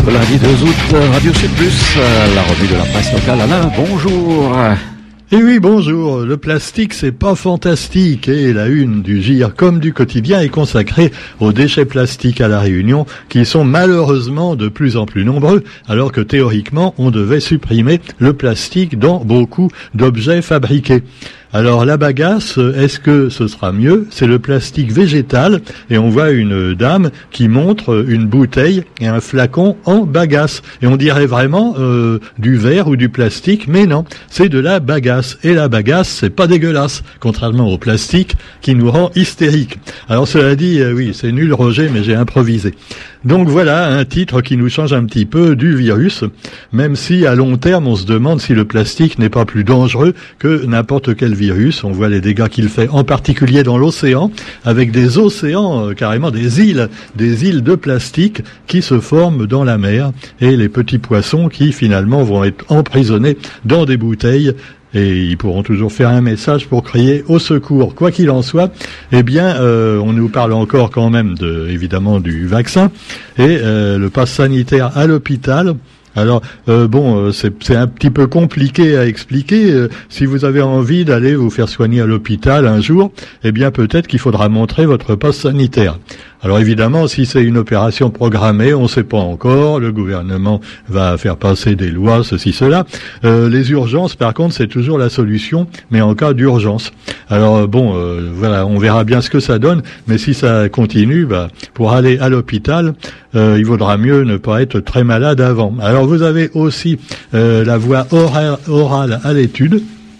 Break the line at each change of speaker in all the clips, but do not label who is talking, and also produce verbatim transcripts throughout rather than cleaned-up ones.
Lundi deux août, Radio Sud Plus, la revue de la presse locale. Alain, bonjour.
Et oui, bonjour. Le plastique, c'est pas fantastique. Et la une du J R comme du quotidien est consacrée aux déchets plastiques à La Réunion, qui sont malheureusement de plus en plus nombreux, alors que théoriquement, on devait supprimer le plastique dans beaucoup d'objets fabriqués. Alors la bagasse, est-ce que ce sera mieux? C'est le plastique végétal et on voit une dame qui montre une bouteille et un flacon en bagasse. Et on dirait vraiment euh, du verre ou du plastique, mais non, c'est de la bagasse. Et la bagasse, c'est pas dégueulasse, contrairement au plastique qui nous rend hystériques. Alors cela dit, euh, oui, c'est nul Roger, mais j'ai improvisé. Donc voilà un titre qui nous change un petit peu du virus, même si à long terme on se demande si le plastique n'est pas plus dangereux que n'importe quel virus. On voit les dégâts qu'il fait, en particulier dans l'océan, avec des océans, euh, carrément des îles, des îles de plastique qui se forment dans la mer, et les petits poissons qui finalement vont être emprisonnés dans des bouteilles. Et ils pourront toujours faire un message pour crier au secours. Quoi qu'il en soit, eh bien, euh, on nous parle encore quand même de, évidemment, du vaccin et euh, le pass sanitaire à l'hôpital. Alors, euh, bon, euh, c'est, c'est un petit peu compliqué à expliquer. Euh, si vous avez envie d'aller vous faire soigner à l'hôpital un jour, eh bien, peut-être qu'il faudra montrer votre passe sanitaire. Alors, évidemment, si c'est une opération programmée, on ne sait pas encore. Le gouvernement va faire passer des lois, ceci, cela. Euh, les urgences, par contre, c'est toujours la solution, mais en cas d'urgence. Alors, bon, euh, voilà, on verra bien ce que ça donne. Mais si ça continue, bah, pour aller à l'hôpital, euh, il vaudra mieux ne pas être très malade avant. Alors, vous avez aussi euh, la voie orale, orale à l'étude.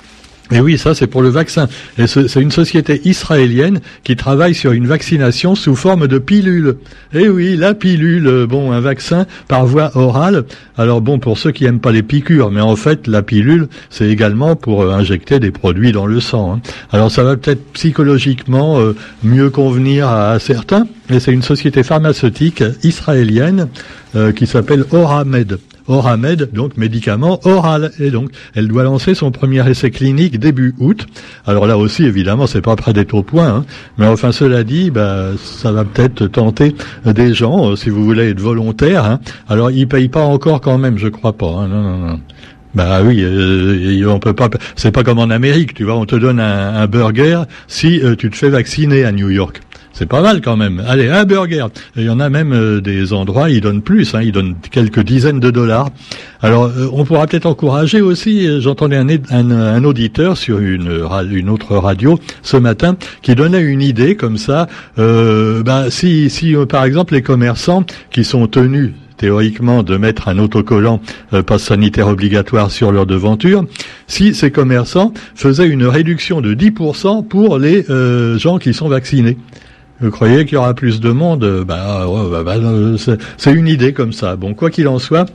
Et oui, ça c'est pour le vaccin. Et c'est une société israélienne qui travaille sur une vaccination sous forme de pilule. Et oui, la pilule, bon, un vaccin par voie orale. Alors bon, pour ceux qui aiment pas les piqûres, mais en fait, la pilule, c'est également pour euh, injecter des produits dans le sang. Hein. Alors ça va peut-être psychologiquement euh, mieux convenir à, à certains. Et c'est une société pharmaceutique israélienne euh, qui s'appelle Oramed. Oramed, donc médicament oral. Et donc, elle doit lancer son premier essai clinique début août. Alors là aussi, évidemment, c'est pas près d'être au point, hein. Mais enfin, cela dit, bah, ça va peut-être tenter des gens, euh, si vous voulez être volontaire, hein. Alors, ils payent pas encore quand même, je crois pas, hein. Non, non, non. Bah oui, euh, on peut pas. C'est pas comme en Amérique, tu vois. On te donne un, un burger si euh, tu te fais vacciner à New York. C'est pas mal quand même. Allez, un burger. Il y en a même euh, des endroits, ils donnent plus, hein, ils donnent quelques dizaines de dollars. Alors, euh, on pourra peut-être encourager aussi, euh, j'entendais un, un, un auditeur sur une, une autre radio ce matin qui donnait une idée comme ça. Euh, bah, si, si euh, par exemple, les commerçants qui sont tenus théoriquement de mettre un autocollant euh, passe sanitaire obligatoire sur leur devanture, si ces commerçants faisaient une réduction de dix pour cent pour les euh, gens qui sont vaccinés. Vous croyez qu'il y aura plus de monde? Bah, bah, bah c'est, c'est une idée comme ça. Bon, quoi qu'il en soit,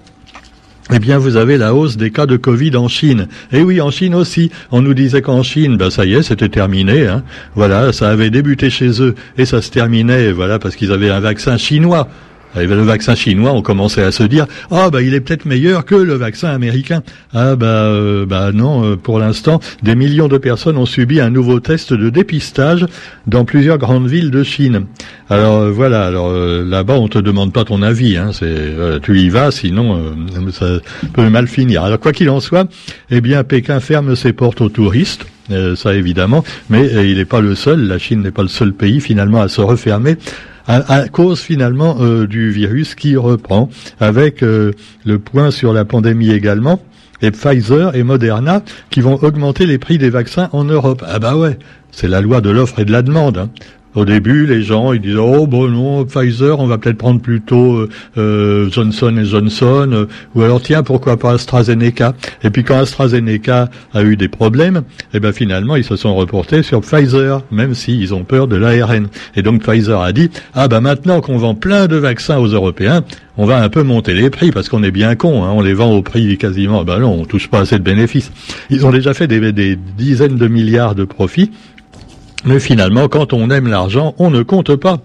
eh bien, vous avez la hausse des cas de Covid en Chine. Et oui, en Chine aussi. On nous disait qu'en Chine, bah, ça y est, c'était terminé, hein. Voilà, ça avait débuté chez eux et ça se terminait, voilà, parce qu'ils avaient un vaccin chinois. Avec le vaccin chinois, on commençait à se dire « Ah, bah, il est peut-être meilleur que le vaccin américain. » Ah, bah, euh, bah, non, euh, pour l'instant, des millions de personnes ont subi un nouveau test de dépistage dans plusieurs grandes villes de Chine. Alors, euh, voilà, alors, euh, là-bas, on te demande pas ton avis, hein, c'est, euh, tu y vas, sinon, euh, ça peut mal finir. Alors, quoi qu'il en soit, eh bien, Pékin ferme ses portes aux touristes. Euh, ça, évidemment, mais euh, il n'est pas le seul, la Chine n'est pas le seul pays, finalement, à se refermer. À, à cause finalement euh, du virus qui reprend, avec euh, le point sur la pandémie également, et Pfizer et Moderna qui vont augmenter les prix des vaccins en Europe. Ah bah ouais, c'est la loi de l'offre et de la demande, hein. Au début, les gens, ils disent « Oh, bon non, Pfizer, on va peut-être prendre plutôt euh, euh, Johnson et Johnson, euh, ou alors, tiens, pourquoi pas AstraZeneca ?» Et puis, quand AstraZeneca a eu des problèmes, eh ben finalement, ils se sont reportés sur Pfizer, même s'ils ont peur de l'A R N. Et donc, Pfizer a dit « Ah, bah maintenant qu'on vend plein de vaccins aux Européens, on va un peu monter les prix, parce qu'on est bien cons, hein, on les vend au prix quasiment... Ben non, on touche pas assez de bénéfices. » Ils ont déjà fait des, des dizaines de milliards de profits. Mais finalement, quand on aime l'argent, on ne compte pas.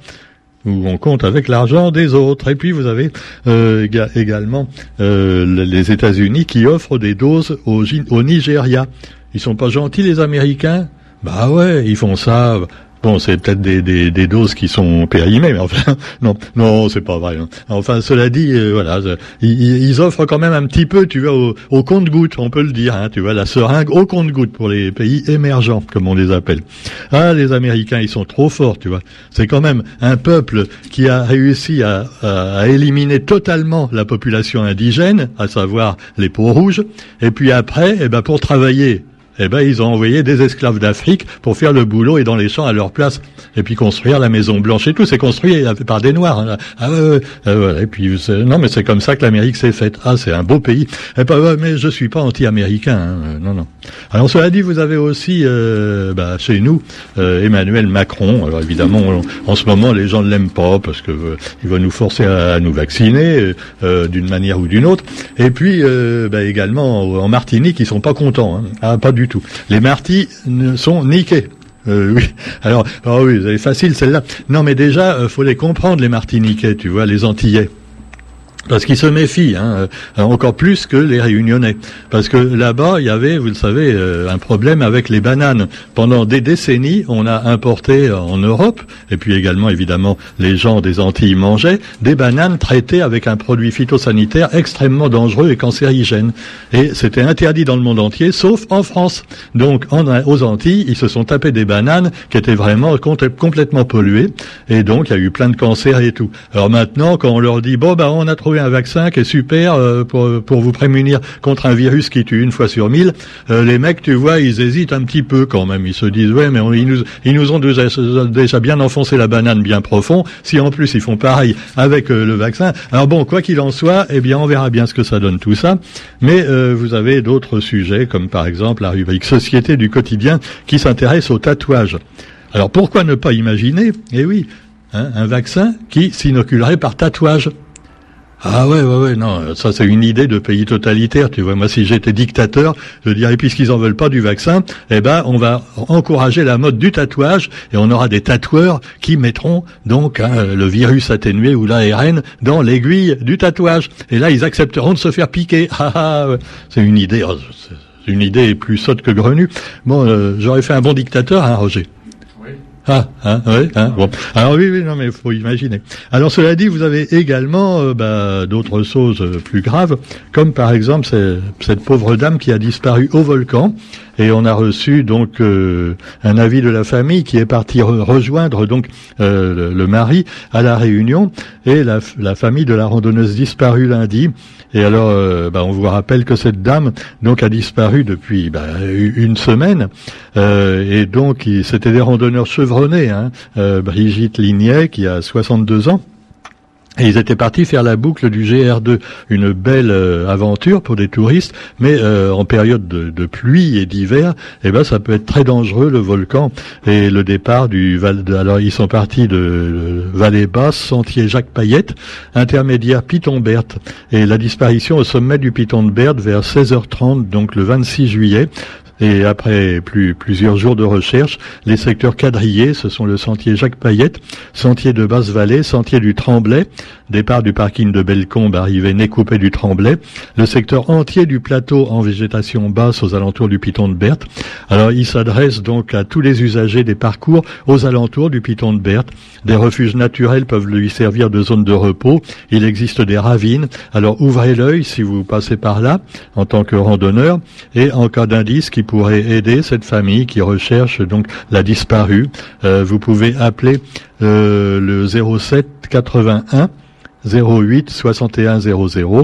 Ou on compte avec l'argent des autres. Et puis vous avez euh, également euh, les États-Unis qui offrent des doses au, au Nigeria. Ils sont pas gentils les Américains? Bah ouais, ils font ça Bon, c'est peut-être des, des, des doses qui sont périmées, mais enfin, non, non, c'est pas vrai. Hein. Enfin, cela dit, euh, voilà, ils, ils offrent quand même un petit peu, tu vois, au, au compte-gouttes, on peut le dire, hein, tu vois, la seringue au compte-gouttes pour les pays émergents, comme on les appelle. Ah, les Américains, ils sont trop forts, tu vois. C'est quand même un peuple qui a réussi à, à, à éliminer totalement la population indigène, à savoir les peaux-rouges, et puis après, eh ben, pour travailler, eh ben, ils ont envoyé des esclaves d'Afrique pour faire le boulot et dans les champs à leur place. Et puis construire la Maison Blanche et tout. C'est construit par des Noirs. Hein. Ah ouais, ouais, voilà. Et puis, non, mais c'est comme ça que l'Amérique s'est faite. Ah, c'est un beau pays. Eh ben, ouais, mais je suis pas anti-américain. Hein. Non, non. Alors, cela dit, vous avez aussi, euh, bah, chez nous, euh, Emmanuel Macron. Alors, évidemment, on, en ce moment, les gens ne l'aiment pas parce que euh, il va nous forcer à, à nous vacciner euh, d'une manière ou d'une autre. Et puis, euh, bah, également, en Martinique, ils sont pas contents. Hein. Ah, pas du tout. Les Martis sont niqués. Euh, oui. Alors, oh oui, c'est facile celle-là. Non, mais déjà, euh, faut les comprendre, les Martiniquais, tu vois, les Antillais. Parce qu'ils se méfient, hein, euh, encore plus que les Réunionnais. Parce que là-bas, il y avait, vous le savez, euh, un problème avec les bananes. Pendant des décennies, on a importé en Europe, et puis également, évidemment, les gens des Antilles mangeaient, des bananes traitées avec un produit phytosanitaire extrêmement dangereux et cancérigène. Et c'était interdit dans le monde entier, sauf en France. Donc, en, aux Antilles, ils se sont tapés des bananes qui étaient vraiment complètement polluées, et donc il y a eu plein de cancers et tout. Alors maintenant, quand on leur dit, bon, bah, on a trouvé un vaccin qui est super euh, pour, pour vous prémunir contre un virus qui tue une fois sur mille, euh, les mecs, tu vois, ils hésitent un petit peu quand même. Ils se disent, ouais, mais on, ils, nous, ils nous ont déjà, déjà bien enfoncé la banane bien profond. Si en plus ils font pareil avec euh, le vaccin, alors bon, quoi qu'il en soit, eh bien, on verra bien ce que ça donne tout ça. Mais euh, vous avez d'autres sujets, comme par exemple la rubrique Société du quotidien qui s'intéresse au tatouage. Alors pourquoi ne pas imaginer, eh oui, hein, un vaccin qui s'inoculerait par tatouage? Ah ouais, ouais, ouais, non, ça c'est une idée de pays totalitaire, tu vois. Moi, si j'étais dictateur, je dirais, puisqu'ils en veulent pas du vaccin, eh ben, on va encourager la mode du tatouage et on aura des tatoueurs qui mettront donc hein, le virus atténué ou l'A R N dans l'aiguille du tatouage. Et là, ils accepteront de se faire piquer. Ah, ah, ouais. C'est une idée, oh, c'est une idée plus sotte que grenue. Bon, euh, j'aurais fait un bon dictateur, hein, Roger. Ah, hein, ouais, hein, bon. Alors oui, oui, non, mais faut imaginer. Alors cela dit, vous avez également euh, bah, d'autres choses euh, plus graves, comme par exemple c'est, cette pauvre dame qui a disparu au volcan, et on a reçu donc euh, un avis de la famille qui est parti re- rejoindre donc euh, le, le mari à la Réunion, et la, la famille de la randonneuse disparue lundi. Et alors, euh, bah, on vous rappelle que cette dame donc a disparu depuis bah, une semaine, euh, et donc il, c'était des randonneurs chevronnés, hein, euh, Brigitte Lignet qui a soixante-deux ans. Et ils étaient partis faire la boucle du G R deux, une belle euh, aventure pour des touristes, mais euh, en période de, de pluie et d'hiver, eh ben ça peut être très dangereux le volcan. Et le départ du Val, de, alors ils sont partis de, de Vallée Basse, sentier Jacques Payette, intermédiaire Piton-Berthe, et la disparition au sommet du Piton de Berthe vers seize heures trente, donc le vingt-six juillet. Et après plus, plusieurs jours de recherche, les secteurs quadrillés, ce sont le sentier Jacques Payette, sentier de Basse-Vallée, sentier du Tremblay, départ du parking de Bellecombe, arrivée nez coupé du Tremblay, le secteur entier du plateau en végétation basse aux alentours du Piton de Berthe. Alors, il s'adresse donc à tous les usagers des parcours aux alentours du Piton de Berthe. Des refuges naturels peuvent lui servir de zone de repos. Il existe des ravines. Alors, ouvrez l'œil si vous passez par là, en tant que randonneur, et en cas d'indice qui pourrait aider cette famille qui recherche donc la disparue, euh, vous pouvez appeler euh, le zéro sept quatre-vingt-un zéro huit soixante et un zéro zéro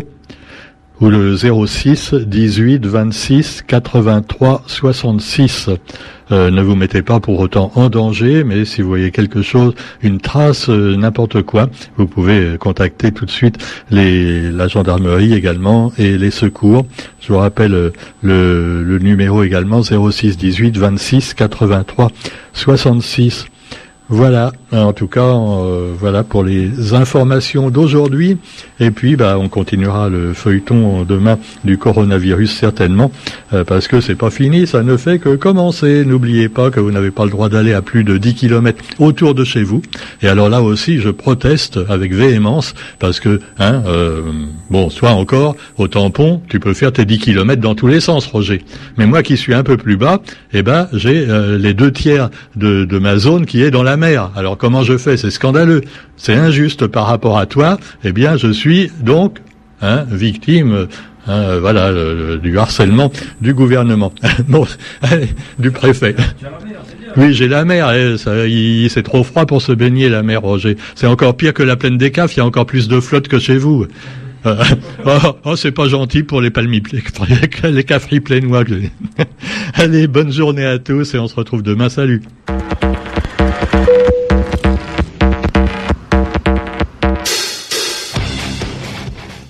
ou le zéro six dix-huit vingt-six quatre-vingt-trois soixante-six. Euh, ne vous mettez pas pour autant en danger, mais si vous voyez quelque chose, une trace, euh, n'importe quoi, vous pouvez contacter tout de suite les, la gendarmerie également et les secours. Je vous rappelle euh, le, le numéro également, zéro six dix-huit vingt-six quatre-vingt-trois soixante-six. Voilà. En tout cas, euh, voilà pour les informations d'aujourd'hui. Et puis, bah, on continuera le feuilleton demain du coronavirus certainement, euh, parce que c'est pas fini, ça ne fait que commencer. N'oubliez pas que vous n'avez pas le droit d'aller à plus de dix kilomètres autour de chez vous. Et alors là aussi, je proteste avec véhémence, parce que, hein, euh, bon, soit encore au tampon, tu peux faire tes dix kilomètres dans tous les sens, Roger. Mais moi, qui suis un peu plus bas, eh ben, j'ai euh, les deux tiers de, de ma zone qui est dans la mer. Alors comment je fais? C'est scandaleux, c'est injuste par rapport à toi. Eh bien, je suis donc hein, victime, hein, voilà, le, le, du harcèlement du gouvernement, bon, allez, du préfet. Oui, j'ai la mer. Eh, ça, il, c'est trop froid pour se baigner la mer, Roger. C'est encore pire que la plaine des Cafres. Il y a encore plus de flotte que chez vous. Euh, oh, oh, c'est pas gentil pour les palmis, les cafris plénois. Allez, bonne journée à tous et on se retrouve demain. Salut.